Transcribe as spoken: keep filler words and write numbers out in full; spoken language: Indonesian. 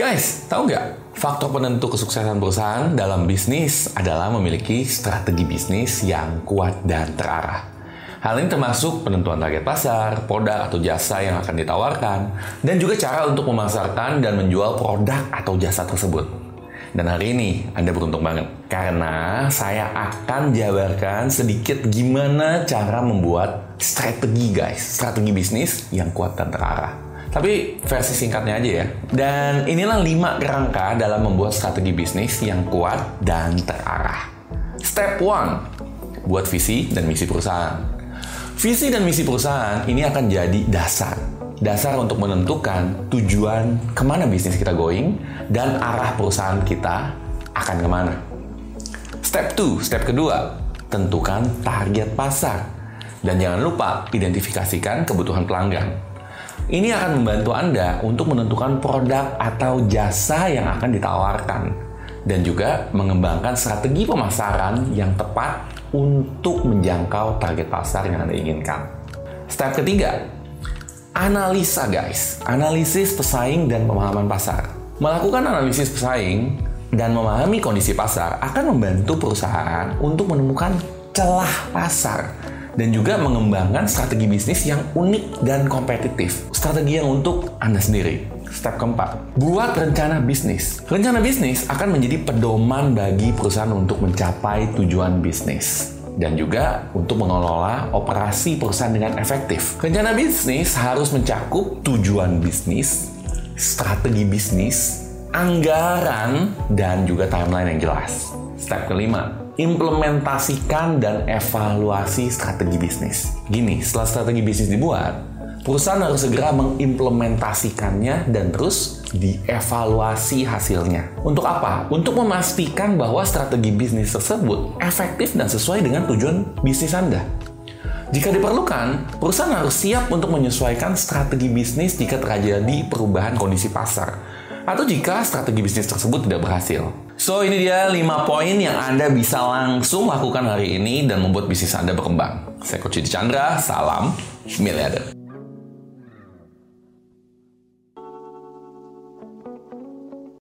Guys, tahu nggak? Faktor penentu kesuksesan perusahaan dalam bisnis adalah memiliki strategi bisnis yang kuat dan terarah. Hal ini termasuk penentuan target pasar, produk atau jasa yang akan ditawarkan, dan juga cara untuk memasarkan dan menjual produk atau jasa tersebut. Dan hari ini Anda beruntung banget, karena saya akan jabarkan sedikit gimana cara membuat strategi guys, strategi bisnis yang kuat dan terarah. Tapi versi singkatnya aja ya. Dan inilah lima kerangka dalam membuat strategi bisnis yang kuat dan terarah. Step one, buat visi dan misi perusahaan. Visi dan misi perusahaan ini akan jadi dasar. Dasar untuk menentukan tujuan kemana bisnis kita going dan arah perusahaan kita akan kemana. Step two, step kedua, tentukan target pasar. Dan jangan lupa identifikasikan kebutuhan pelanggan. Ini akan membantu Anda untuk menentukan produk atau jasa yang akan ditawarkan dan juga mengembangkan strategi pemasaran yang tepat untuk menjangkau target pasar yang Anda inginkan. Step ketiga, analisa guys, analisis pesaing dan pemahaman pasar. Melakukan analisis pesaing dan memahami kondisi pasar akan membantu perusahaan untuk menemukan celah pasar dan juga mengembangkan strategi bisnis yang unik dan kompetitif. Strategi yang untuk Anda sendiri. Step keempat, buat rencana bisnis. Rencana bisnis akan menjadi pedoman bagi perusahaan untuk mencapai tujuan bisnis dan juga untuk mengelola operasi perusahaan dengan efektif. Rencana bisnis harus mencakup tujuan bisnis, strategi bisnis, anggaran, dan juga timeline yang jelas. Step kelima, implementasikan dan evaluasi strategi bisnis. Gini, setelah strategi bisnis dibuat, perusahaan harus segera mengimplementasikannya dan terus dievaluasi hasilnya. Untuk apa? Untuk memastikan bahwa strategi bisnis tersebut efektif dan sesuai dengan tujuan bisnis Anda. Jika diperlukan, perusahaan harus siap untuk menyesuaikan strategi bisnis jika terjadi perubahan kondisi pasar, atau jika strategi bisnis tersebut tidak berhasil. So, ini dia lima poin yang Anda bisa langsung lakukan hari ini dan membuat bisnis Anda berkembang. Saya Coach Chandra, salam miliarder.